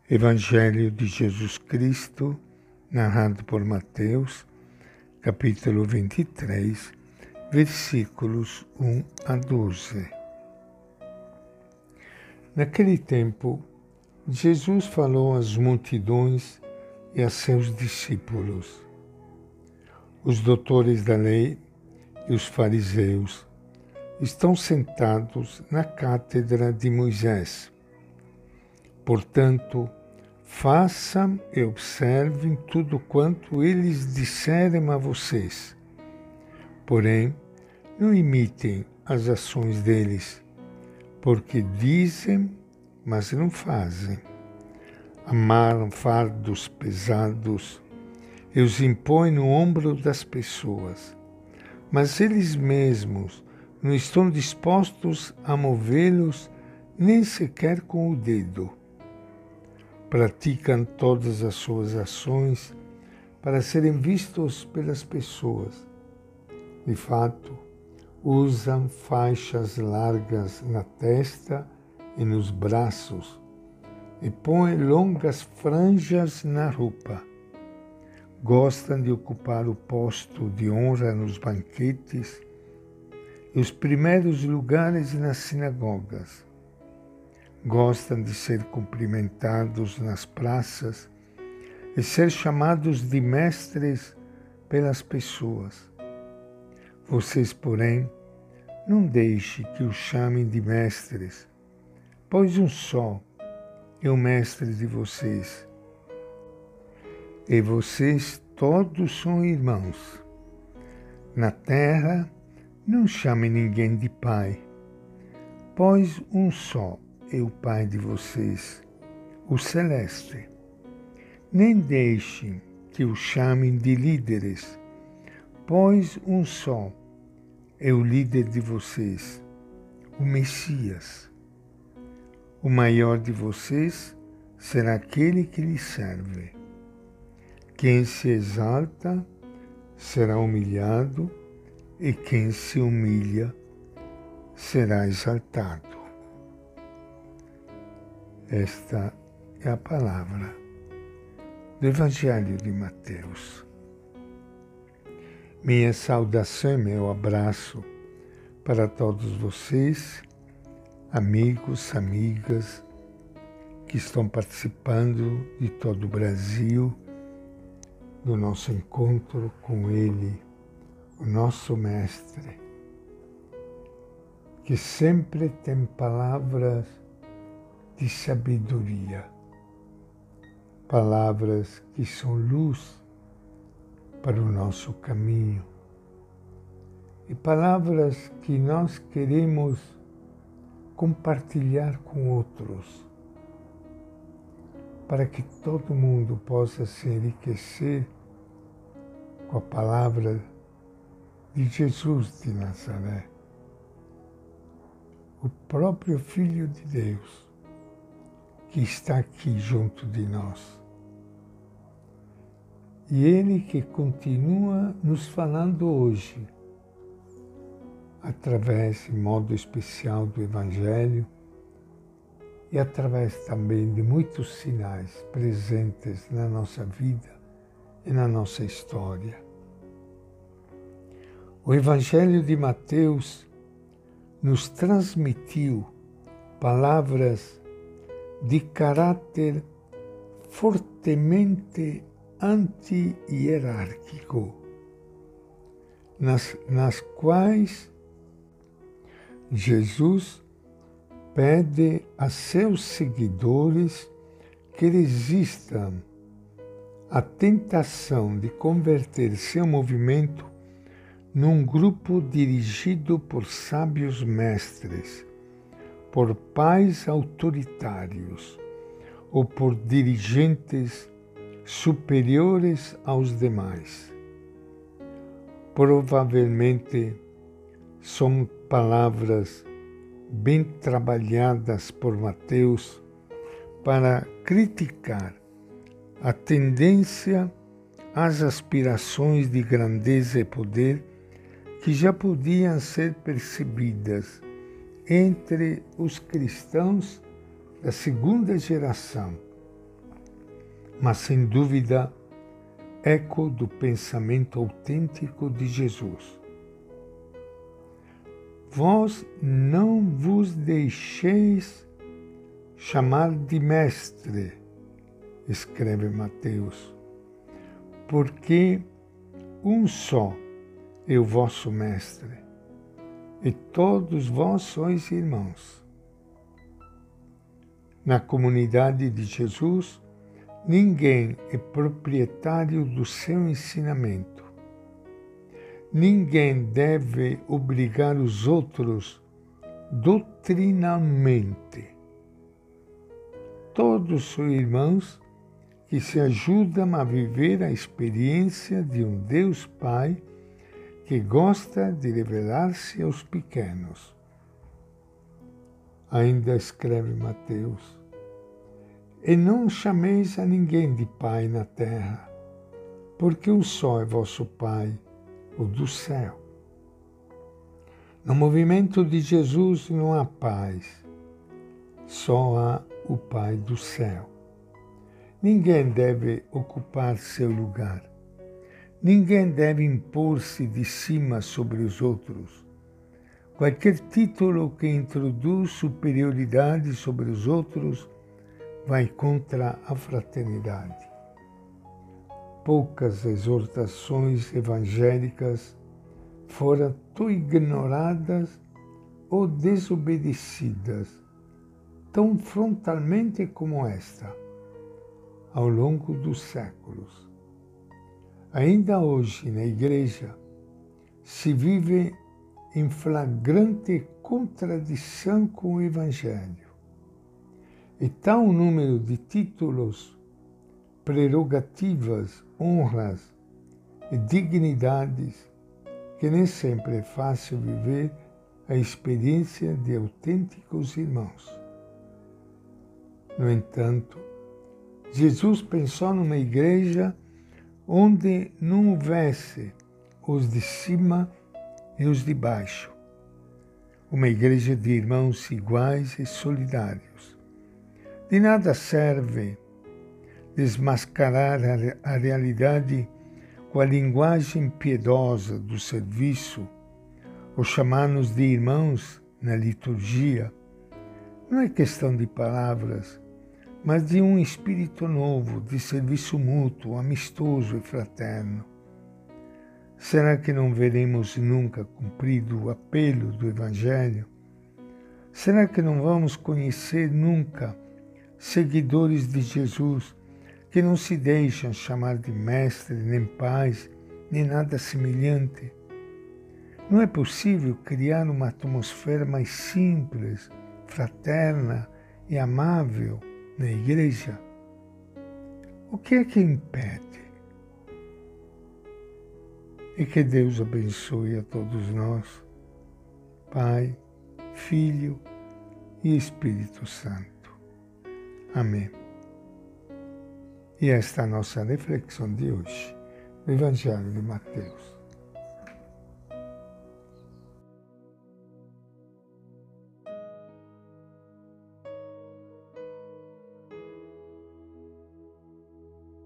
Evangelho de Jesus Cristo, narrado por Mateus, capítulo 23, versículos 1 a 12. Naquele tempo, Jesus falou às multidões e a seus discípulos. Os doutores da lei e os fariseus estão sentados na cátedra de Moisés. Portanto, façam e observem tudo quanto eles disserem a vocês. Porém, não imitem as ações deles, porque dizem, mas não fazem. Amaram fardos pesados e os impõem no ombro das pessoas, mas eles mesmos não estão dispostos a movê-los nem sequer com o dedo. Praticam todas as suas ações para serem vistos pelas pessoas. De fato, usam faixas largas na testa e nos braços e põem longas franjas na roupa. Gostam de ocupar o posto de honra nos banquetes e os primeiros lugares nas sinagogas. Gostam de ser cumprimentados nas praças e ser chamados de mestres pelas pessoas. Vocês, porém, não deixem que os chamem de mestres, pois um só é o mestre de vocês. E vocês todos são irmãos. Na terra, não chamem ninguém de pai, pois um só é o Pai de vocês, o Celeste. Nem deixem que o chamem de líderes, pois um só é o líder de vocês, o Messias. O maior de vocês será aquele que lhe serve. Quem se exalta será humilhado, e quem se humilha será exaltado. Esta é a palavra do Evangelho de Mateus. Minha saudação e meu abraço para todos vocês, amigos, amigas, que estão participando de todo o Brasil, do nosso encontro com Ele, o nosso Mestre, que sempre tem palavras de sabedoria, palavras que são luz para o nosso caminho e palavras que nós queremos compartilhar com outros, para que todo mundo possa se enriquecer com a palavra de Jesus de Nazaré, o próprio Filho de Deus, que está aqui junto de nós. E Ele que continua nos falando hoje, através, em modo especial, do Evangelho e através também de muitos sinais presentes na nossa vida e na nossa história. O Evangelho de Mateus nos transmitiu palavras de caráter fortemente anti-hierárquico, nas quais Jesus pede a seus seguidores que resistam à tentação de converter seu movimento num grupo dirigido por sábios mestres, por pais autoritários ou por dirigentes superiores aos demais. Provavelmente são palavras bem trabalhadas por Mateus para criticar a tendência às aspirações de grandeza e poder que já podiam ser percebidas entre os cristãos da segunda geração mas sem dúvida eco do pensamento autêntico de Jesus. Vós não vos deixeis chamar de mestre, escreve Mateus, porque um só é o vosso mestre, e todos vós sois irmãos. Na comunidade de Jesus, ninguém é proprietário do seu ensinamento. Ninguém deve obrigar os outros doutrinalmente. Todos são irmãos que se ajudam a viver a experiência de um Deus Pai que gosta de revelar-se aos pequenos. Ainda escreve Mateus: e não chameis a ninguém de Pai na terra, porque um só é vosso Pai, o do céu. No movimento de Jesus não há paz, só há o Pai do céu. Ninguém deve ocupar seu lugar. Ninguém deve impor-se de cima sobre os outros. Qualquer título que introduz superioridade sobre os outros vai contra a fraternidade. Poucas exortações evangélicas foram tão ignoradas ou desobedecidas tão frontalmente como esta, ao longo dos séculos. Ainda hoje, na Igreja, se vive em flagrante contradição com o Evangelho. E tal número de títulos, prerrogativas, honras e dignidades que nem sempre é fácil viver a experiência de autênticos irmãos. No entanto, Jesus pensou numa igreja onde não houvesse os de cima e os de baixo. Uma igreja de irmãos iguais e solidários. De nada serve desmascarar a realidade com a linguagem piedosa do serviço ou chamar-nos de irmãos na liturgia. Não é questão de palavras, mas de um espírito novo, de serviço mútuo, amistoso e fraterno. Será que não veremos nunca cumprido o apelo do Evangelho? Será que não vamos conhecer nunca seguidores de Jesus que não se deixam chamar de mestre, nem pais, nem nada semelhante? Não é possível criar uma atmosfera mais simples, fraterna e amável na igreja? O que é que impede? E que Deus abençoe a todos nós, Pai, Filho e Espírito Santo. Amém. E esta é a nossa reflexão de hoje, do Evangelho de Mateus.